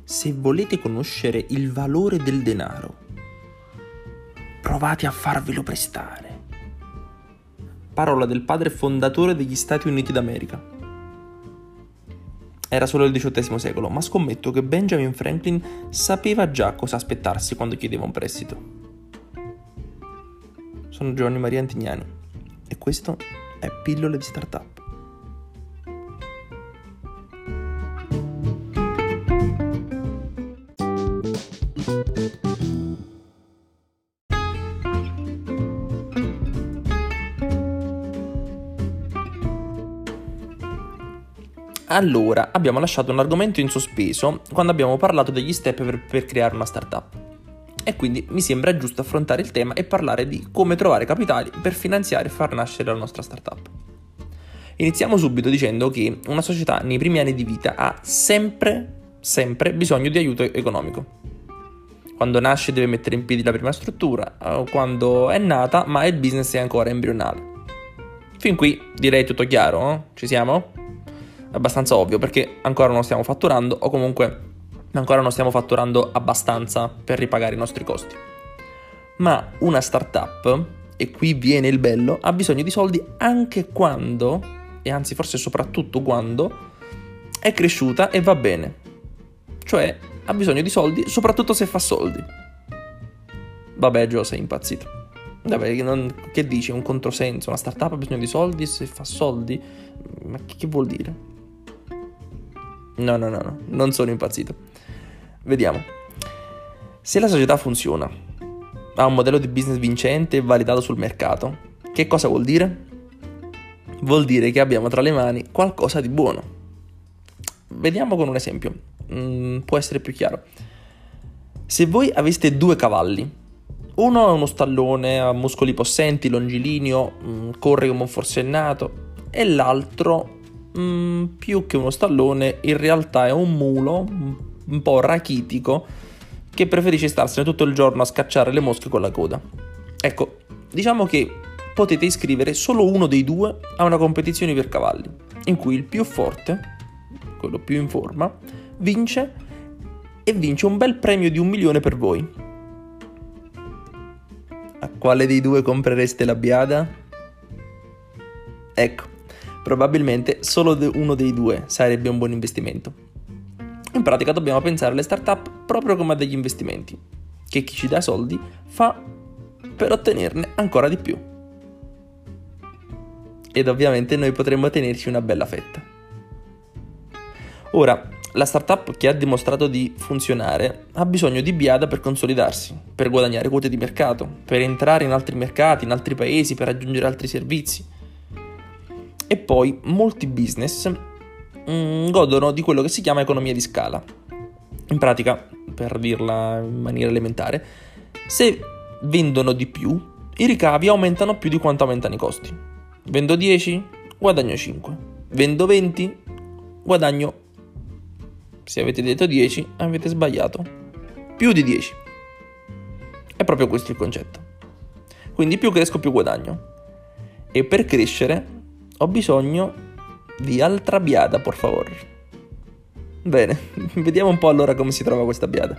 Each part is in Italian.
se volete conoscere il valore del denaro, provate a farvelo prestare. Parola del padre fondatore degli Stati Uniti d'America. Era solo il XVIII secolo, ma scommetto che Benjamin Franklin sapeva già cosa aspettarsi quando chiedeva un prestito. Sono Giovanni Maria Antignani e questo è Pillole di Startup. Allora, abbiamo lasciato un argomento in sospeso quando abbiamo parlato degli step per creare una startup. E quindi mi sembra giusto affrontare il tema e parlare di come trovare capitali per finanziare e far nascere la nostra startup. Iniziamo subito dicendo che una società nei primi anni di vita ha sempre bisogno di aiuto economico. Quando nasce deve mettere in piedi la prima struttura, quando è nata ma il business è ancora embrionale. Fin qui direi tutto chiaro, eh? Ci siamo? Abbastanza ovvio, perché ancora non stiamo fatturando, o comunque ancora non stiamo fatturando abbastanza per ripagare i nostri costi. Ma una startup, e qui viene il bello, ha bisogno di soldi anche quando, e anzi forse soprattutto quando, è cresciuta e va bene. Cioè ha bisogno di soldi soprattutto se fa soldi. Vabbè, Gio, sei impazzito. Vabbè, che dici? Un controsenso? Una startup ha bisogno di soldi se fa soldi? Ma che vuol dire? No, non sono impazzito. Vediamo. Se la società funziona, ha un modello di business vincente e validato sul mercato, che cosa vuol dire? Vuol dire che abbiamo tra le mani qualcosa di buono. Vediamo con un esempio. Può essere più chiaro. Se voi aveste 2 cavalli, uno è uno stallone, ha muscoli possenti, longilineo, corre come un forsennato, e l'altro, più che uno stallone, in realtà è un mulo un po' rachitico che preferisce starsene tutto il giorno a scacciare le mosche con la coda. Ecco, diciamo che potete iscrivere solo uno dei 2 a una competizione per cavalli, in cui il più forte, quello più in forma, vince un bel premio di 1 milione per voi. A quale dei 2 comprereste la biada? Ecco, probabilmente solo uno dei 2 sarebbe un buon investimento. In pratica dobbiamo pensare alle startup proprio come a degli investimenti, che chi ci dà soldi fa per ottenerne ancora di più. Ed ovviamente noi potremmo tenerci una bella fetta. Ora, la startup che ha dimostrato di funzionare ha bisogno di biada per consolidarsi, per guadagnare quote di mercato, per entrare in altri mercati, in altri paesi, per aggiungere altri servizi. E poi molti business godono di quello che si chiama economia di scala. In pratica, per dirla in maniera elementare, se vendono di più, i ricavi aumentano più di quanto aumentano i costi. Vendo 10, guadagno 5. Vendo 20, guadagno, se avete detto 10, avete sbagliato, più di 10. È proprio questo il concetto. Quindi più cresco più guadagno. E per crescere ho bisogno di altra biada, por favor. Bene, vediamo un po' allora come si trova questa biada.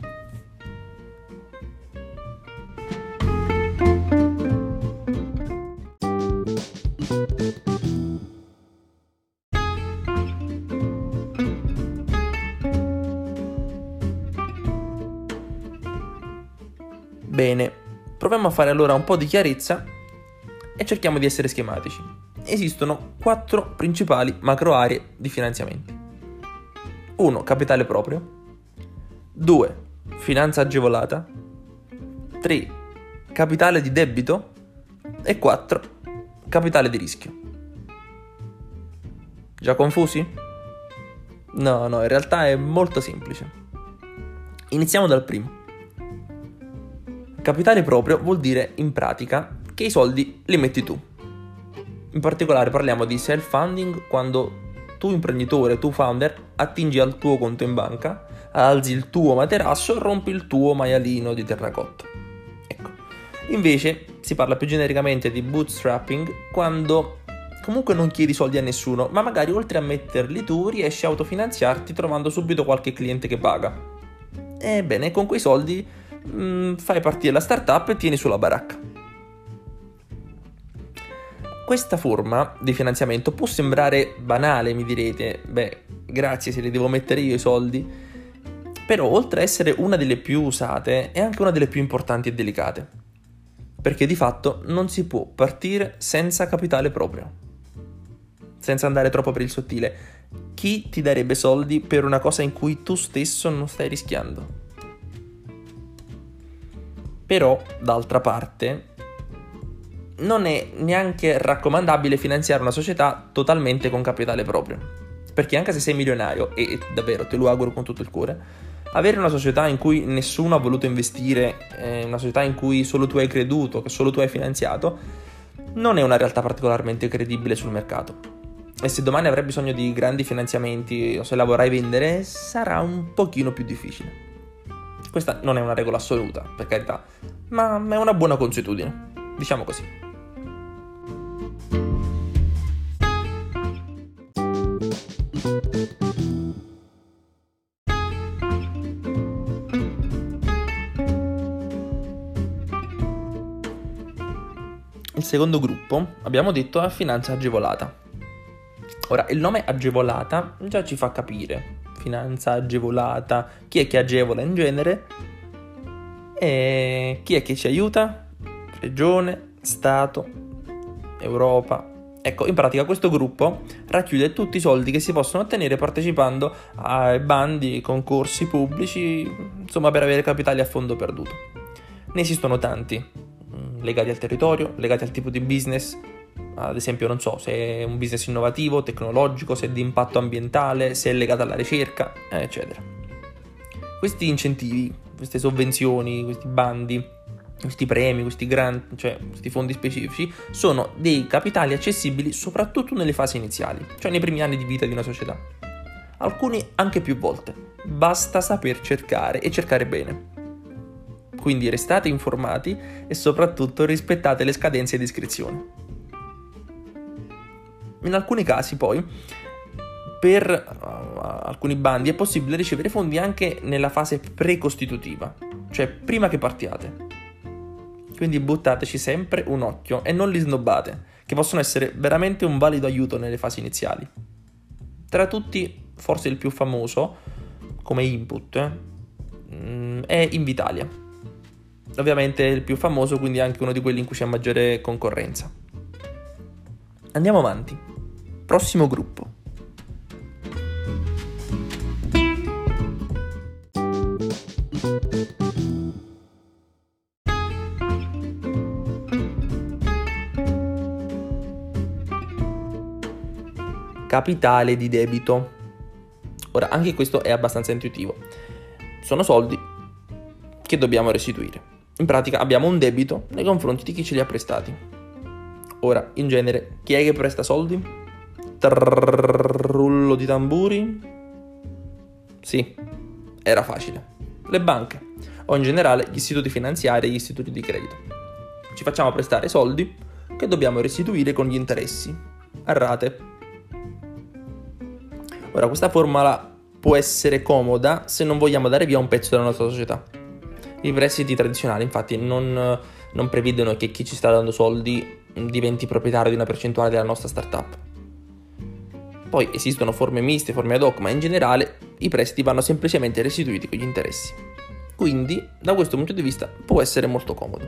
Bene, proviamo a fare allora un po' di chiarezza e cerchiamo di essere schematici. Esistono 4 principali macro aree di finanziamenti. 1. Capitale proprio. 2. Finanza agevolata. 3. Capitale di debito. E 4. Capitale di rischio. Già confusi? No, in realtà è molto semplice. Iniziamo dal primo. Capitale proprio vuol dire in pratica che i soldi li metti tu. In particolare parliamo di self-funding quando tu imprenditore, tu founder, attingi al tuo conto in banca, alzi il tuo materasso e rompi il tuo maialino di terracotta. Ecco. Invece si parla più genericamente di bootstrapping quando comunque non chiedi soldi a nessuno, ma magari oltre a metterli tu riesci a autofinanziarti trovando subito qualche cliente che paga. Ebbene, con quei soldi fai partire la startup e tieni sulla baracca. Questa forma di finanziamento può sembrare banale, mi direte, grazie se li devo mettere io i soldi, però oltre a essere una delle più usate è anche una delle più importanti e delicate, perché di fatto non si può partire senza capitale proprio. Senza andare troppo per il sottile, chi ti darebbe soldi per una cosa in cui tu stesso non stai rischiando? Però, d'altra parte, non è neanche raccomandabile finanziare una società totalmente con capitale proprio, perché anche se sei milionario, e davvero te lo auguro con tutto il cuore, avere una società in cui nessuno ha voluto investire, una società in cui solo tu hai creduto, che solo tu hai finanziato, non è una realtà particolarmente credibile sul mercato. E se domani avrai bisogno di grandi finanziamenti o se la vorrai vendere, sarà un pochino più difficile. Questa non è una regola assoluta, per carità, ma è una buona consuetudine, diciamo così. Il secondo gruppo, abbiamo detto, è finanza agevolata. Ora, il nome agevolata già ci fa capire. Finanza agevolata, chi è che agevola in genere? E chi è che ci aiuta? Regione, Stato, Europa. Ecco, in pratica questo gruppo racchiude tutti i soldi che si possono ottenere partecipando ai bandi, concorsi pubblici, insomma per avere capitali a fondo perduto. Ne esistono tanti, legati al territorio, legati al tipo di business, ad esempio non so se è un business innovativo, tecnologico, se è di impatto ambientale, se è legato alla ricerca, eccetera. Questi incentivi, queste sovvenzioni, questi bandi, questi premi, questi grant, cioè questi fondi specifici, sono dei capitali accessibili soprattutto nelle fasi iniziali, cioè nei primi anni di vita di una società. Alcuni anche più volte, basta saper cercare e cercare bene. Quindi restate informati e soprattutto rispettate le scadenze di iscrizione. In alcuni casi poi, per alcuni bandi è possibile ricevere fondi anche nella fase precostitutiva, cioè prima che partiate. Quindi buttateci sempre un occhio e non li snobbate, che possono essere veramente un valido aiuto nelle fasi iniziali. Tra tutti, forse il più famoso, come input, è Invitalia. Ovviamente il più famoso, quindi anche uno di quelli in cui c'è maggiore concorrenza. Andiamo avanti. Prossimo gruppo. Capitale di debito. Ora, anche questo è abbastanza intuitivo. Sono soldi che dobbiamo restituire. In pratica abbiamo un debito nei confronti di chi ce li ha prestati. Ora, in genere, chi è che presta soldi? Rullo di tamburi? Sì, era facile. Le banche, o in generale gli istituti finanziari e gli istituti di credito. Ci facciamo prestare soldi che dobbiamo restituire con gli interessi, a rate. Ora, questa formula può essere comoda se non vogliamo dare via un pezzo della nostra società. I prestiti tradizionali, infatti, non prevedono che chi ci sta dando soldi diventi proprietario di una percentuale della nostra startup. Poi esistono forme miste, forme ad hoc, ma in generale i prestiti vanno semplicemente restituiti con gli interessi. Quindi, da questo punto di vista, può essere molto comodo.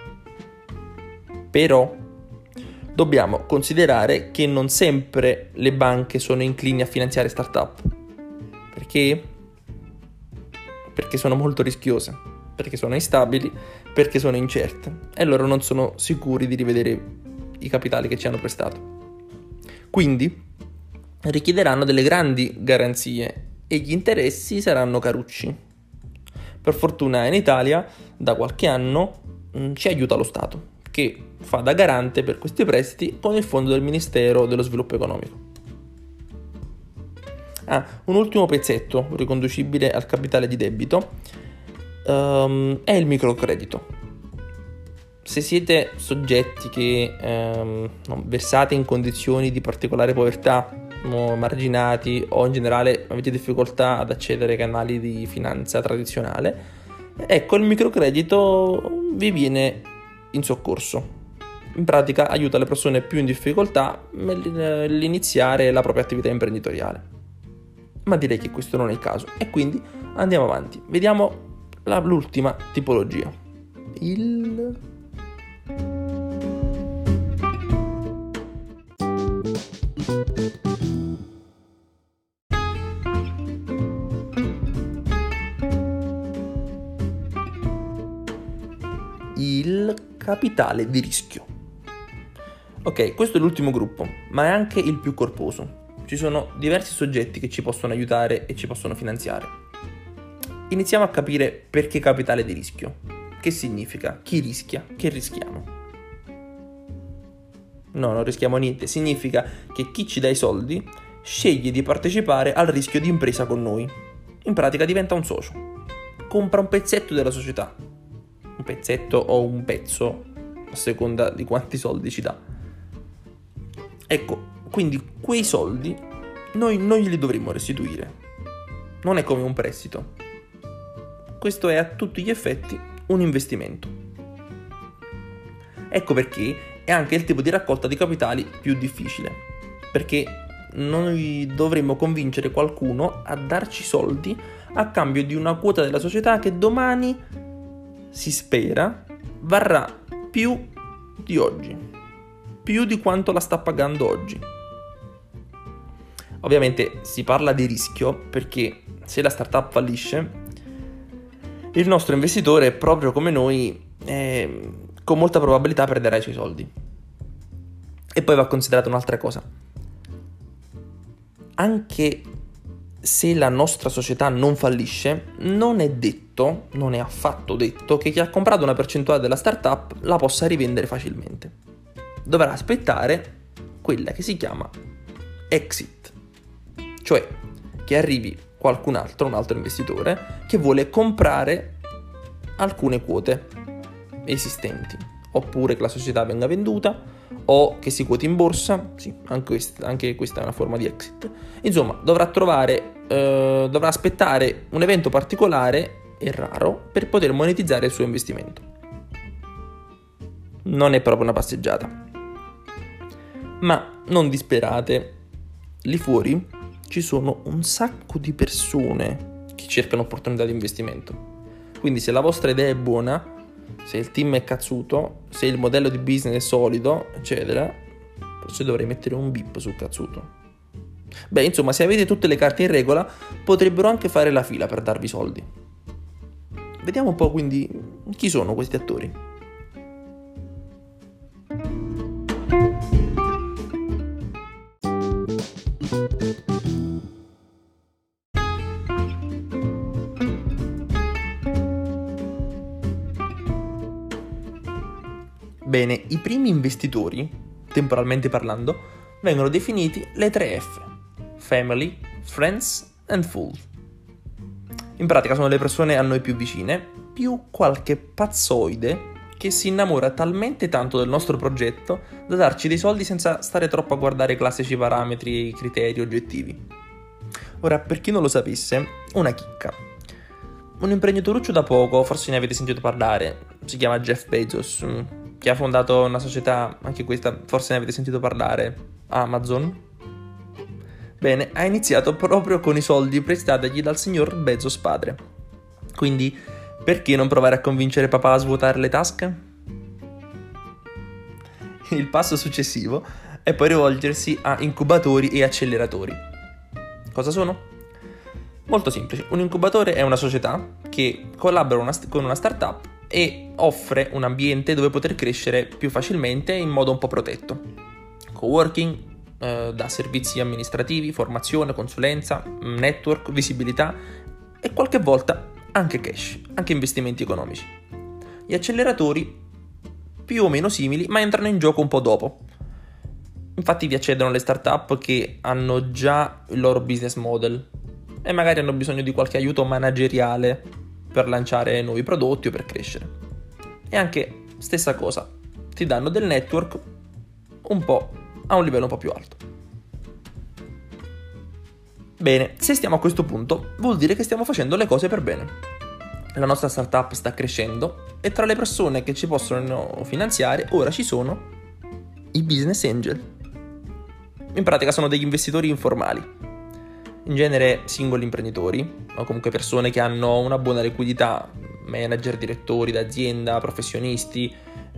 Però dobbiamo considerare che non sempre le banche sono inclini a finanziare startup. Perché? Perché sono molto rischiose, perché sono instabili, perché sono incerte e loro non sono sicuri di rivedere i capitali che ci hanno prestato. Quindi richiederanno delle grandi garanzie e gli interessi saranno carucci. Per fortuna in Italia da qualche anno ci aiuta lo Stato, che fa da garante per questi prestiti con il fondo del Ministero dello Sviluppo Economico. Un ultimo pezzetto riconducibile al capitale di debito è il microcredito. se siete soggetti che versate in condizioni di particolare povertà, marginati, o in generale avete difficoltà ad accedere ai canali di finanza tradizionale, ecco, il microcredito vi viene in soccorso. In pratica aiuta le persone più in difficoltà nell'iniziare la propria attività imprenditoriale. Ma direi che questo non è il caso, e quindi andiamo avanti. Vediamo l'ultima tipologia. Il capitale di rischio. Ok, questo è l'ultimo gruppo, ma è anche il più corposo. Ci sono diversi soggetti che ci possono aiutare e ci possono finanziare. Iniziamo a capire perché capitale di rischio. Che significa? Chi rischia? Che rischiamo? No, non rischiamo niente. Significa che chi ci dà i soldi sceglie di partecipare al rischio di impresa con noi. In pratica diventa un socio. Compra un pezzetto della società. Un pezzetto o un pezzo, a seconda di quanti soldi ci dà. Ecco, quindi quei soldi noi non glieli dovremmo restituire. Non è come un prestito. Questo è a tutti gli effetti un investimento. Ecco perché è anche il tipo di raccolta di capitali più difficile, perché noi dovremmo convincere qualcuno a darci soldi a cambio di una quota della società che domani, si spera, varrà più di oggi, più di quanto la sta pagando oggi. Ovviamente si parla di rischio perché se la startup fallisce, il nostro investitore, proprio come noi, con molta probabilità perderà i suoi soldi. E poi va considerata un'altra cosa. Anche se la nostra società non fallisce, non è affatto detto che chi ha comprato una percentuale della startup la possa rivendere facilmente. Dovrà aspettare quella che si chiama exit, cioè che arrivi qualcun altro, un altro investitore, che vuole comprare alcune quote esistenti, oppure che la società venga venduta, o che si quoti in borsa. Sì, anche questa è una forma di exit. Insomma, dovrà aspettare un evento particolare e raro per poter monetizzare il suo investimento. Non è proprio una passeggiata. Ma non disperate, lì fuori ci sono un sacco di persone che cercano opportunità di investimento. Quindi se la vostra idea è buona, se il team è cazzuto, se il modello di business è solido, eccetera, forse dovrei mettere un bip sul cazzuto. Beh, insomma, se avete tutte le carte in regola, potrebbero anche fare la fila per darvi soldi. Vediamo un po' quindi chi sono questi attori. Bene, i primi investitori, temporalmente parlando, vengono definiti le 3 F: Family, Friends and Fool. In pratica sono le persone a noi più vicine, più qualche pazzoide che si innamora talmente tanto del nostro progetto da darci dei soldi senza stare troppo a guardare i classici parametri e i criteri oggettivi. Ora, per chi non lo sapesse, una chicca. Un imprenditoruccio da poco, forse ne avete sentito parlare, si chiama Jeff Bezos, che ha fondato una società, anche questa forse ne avete sentito parlare, Amazon. Bene, ha iniziato proprio con i soldi prestatagli dal signor Bezos padre. Quindi, perché non provare a convincere papà a svuotare le tasche? Il passo successivo è poi rivolgersi a incubatori e acceleratori. Cosa sono? Molto semplice. Un incubatore è una società che collabora con una startup e offre un ambiente dove poter crescere più facilmente in modo un po' protetto. Coworking, da servizi amministrativi, formazione, consulenza, network, visibilità e qualche volta anche cash, anche investimenti economici. Gli acceleratori più o meno simili, ma entrano in gioco un po' dopo. Infatti vi accedono le startup che hanno già il loro business model e magari hanno bisogno di qualche aiuto manageriale per lanciare nuovi prodotti o per crescere. E anche stessa cosa, ti danno del network un po' a un livello un po' più alto. Bene, se stiamo a questo punto, vuol dire che stiamo facendo le cose per bene. La nostra startup sta crescendo e tra le persone che ci possono finanziare ora ci sono i business angel. In pratica sono degli investitori informali, in genere singoli imprenditori o comunque persone che hanno una buona liquidità, manager, direttori d'azienda, professionisti,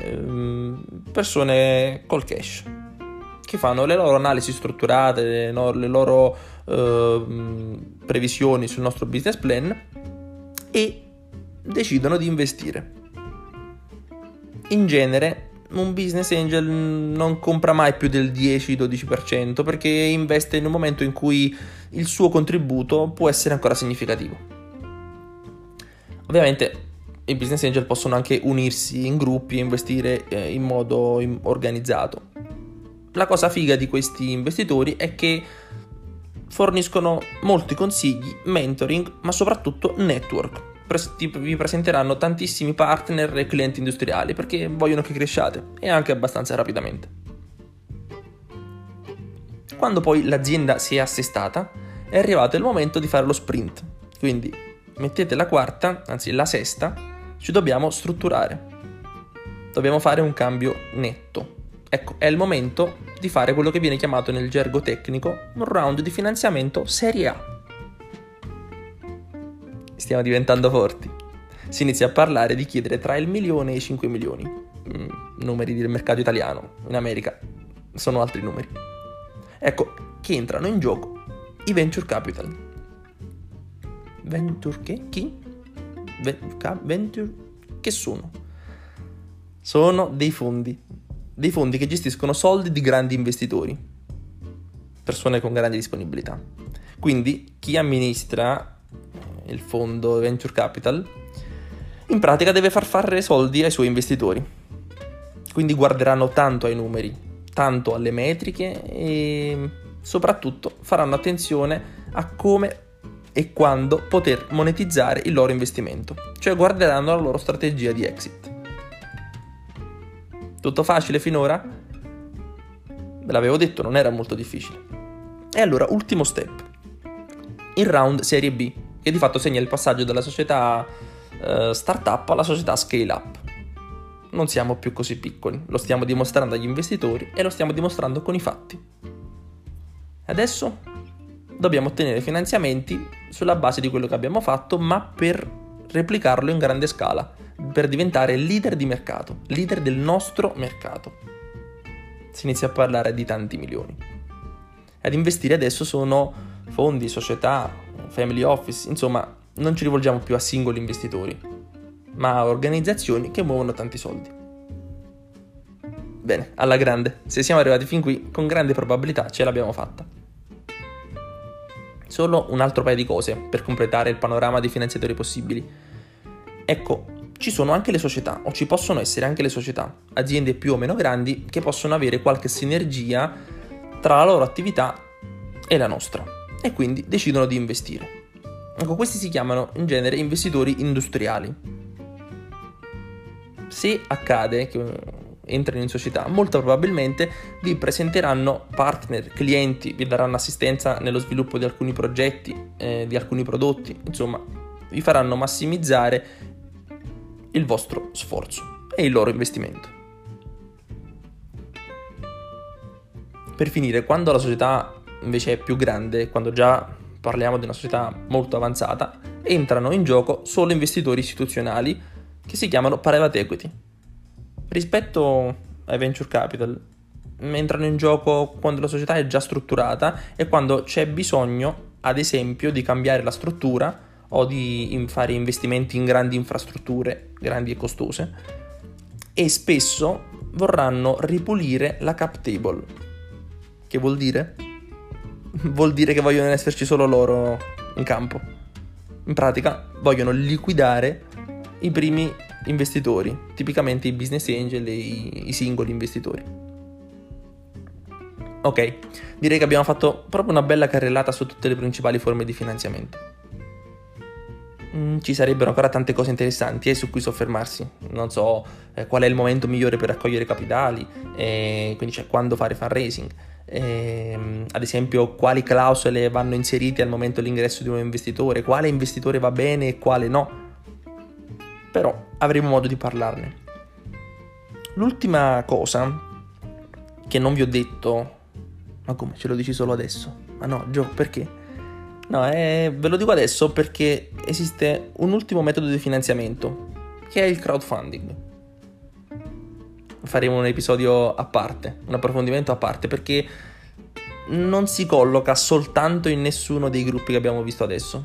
persone col cash, che fanno le loro analisi strutturate, le loro previsioni sul nostro business plan e decidono di investire. In genere un business angel non compra mai più del 10-12% perché investe in un momento in cui il suo contributo può essere ancora significativo. Ovviamente i business angel possono anche unirsi in gruppi e investire in modo organizzato. La cosa figa di questi investitori è che forniscono molti consigli, mentoring, ma soprattutto network. Vi presenteranno tantissimi partner e clienti industriali perché vogliono che cresciate e anche abbastanza rapidamente. Quando poi l'azienda si è assestata, è arrivato il momento di fare lo sprint. Quindi mettete la quarta, anzi la sesta, ci dobbiamo strutturare. Dobbiamo fare un cambio netto. Ecco, è il momento di fare quello che viene chiamato nel gergo tecnico un round di finanziamento serie A. Stiamo diventando forti. Si inizia a parlare di chiedere tra il 1 milione e i 5 milioni. Numeri del mercato italiano. In America sono altri numeri. Ecco, che entrano in gioco i venture capital. Venture che? Chi? Venture? Che sono? Sono dei fondi che gestiscono soldi di grandi investitori, persone con grandi disponibilità. Quindi chi amministra il fondo venture capital in pratica deve far fare soldi ai suoi investitori, quindi guarderanno tanto ai numeri, tanto alle metriche e soprattutto faranno attenzione a come e quando poter monetizzare il loro investimento, cioè guarderanno la loro strategia di exit. Tutto facile finora? Ve l'avevo detto, non era molto difficile. E allora, ultimo step. Il round serie B, che di fatto segna il passaggio dalla società startup alla società scale up. Non siamo più così piccoli, lo stiamo dimostrando agli investitori e lo stiamo dimostrando con i fatti. Adesso dobbiamo ottenere finanziamenti sulla base di quello che abbiamo fatto, ma per replicarlo in grande scala, per diventare leader di mercato, leader del nostro mercato. Si inizia a parlare di tanti milioni. Ad investire adesso sono fondi, società, family office, insomma, non ci rivolgiamo più a singoli investitori, ma a organizzazioni che muovono tanti soldi. Bene, alla grande, se siamo arrivati fin qui, con grande probabilità ce l'abbiamo fatta. Solo un altro paio di cose per completare il panorama dei finanziatori possibili. Ecco, ci sono anche le società, o ci possono essere anche le società, aziende più o meno grandi che possono avere qualche sinergia tra la loro attività e la nostra, e quindi decidono di investire. Ecco, questi si chiamano in genere investitori industriali. Se accade che entrano in società, molto probabilmente vi presenteranno partner, clienti, vi daranno assistenza nello sviluppo di alcuni progetti, di alcuni prodotti, insomma, vi faranno massimizzare il vostro sforzo e il loro investimento. Per finire, quando la società invece è più grande, quando già parliamo di una società molto avanzata, entrano in gioco solo investitori istituzionali che si chiamano private equity. Rispetto ai venture capital, entrano in gioco quando la società è già strutturata e quando c'è bisogno, ad esempio, di cambiare la struttura o di fare investimenti in grandi infrastrutture, grandi e costose, e spesso vorranno ripulire la cap table. Che vuol dire? Vuol dire che vogliono esserci solo loro in campo. In pratica vogliono liquidare i primi investitori, tipicamente i business angel e i singoli investitori. Ok, direi che abbiamo fatto proprio una bella carrellata su tutte le principali forme di finanziamento. Ci sarebbero ancora tante cose interessanti su cui soffermarsi. Non so qual è il momento migliore per raccogliere capitali, quindi cioè quando fare fundraising, ad esempio quali clausole vanno inserite al momento dell'ingresso di un investitore, quale investitore va bene e quale no. Però avremo modo di parlarne. L'ultima cosa che non vi ho detto, ma come, ce lo dici solo adesso? Ma no, Gio, perché? No, ve lo dico adesso perché esiste un ultimo metodo di finanziamento, che è il crowdfunding. Faremo un episodio a parte, un approfondimento a parte, perché non si colloca soltanto in nessuno dei gruppi che abbiamo visto adesso.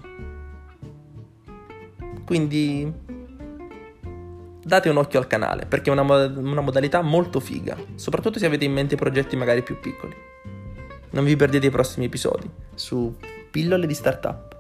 Quindi date un occhio al canale, perché è una modalità molto figa, soprattutto se avete in mente progetti magari più piccoli. Non vi perdete i prossimi episodi su Pillole di Startup.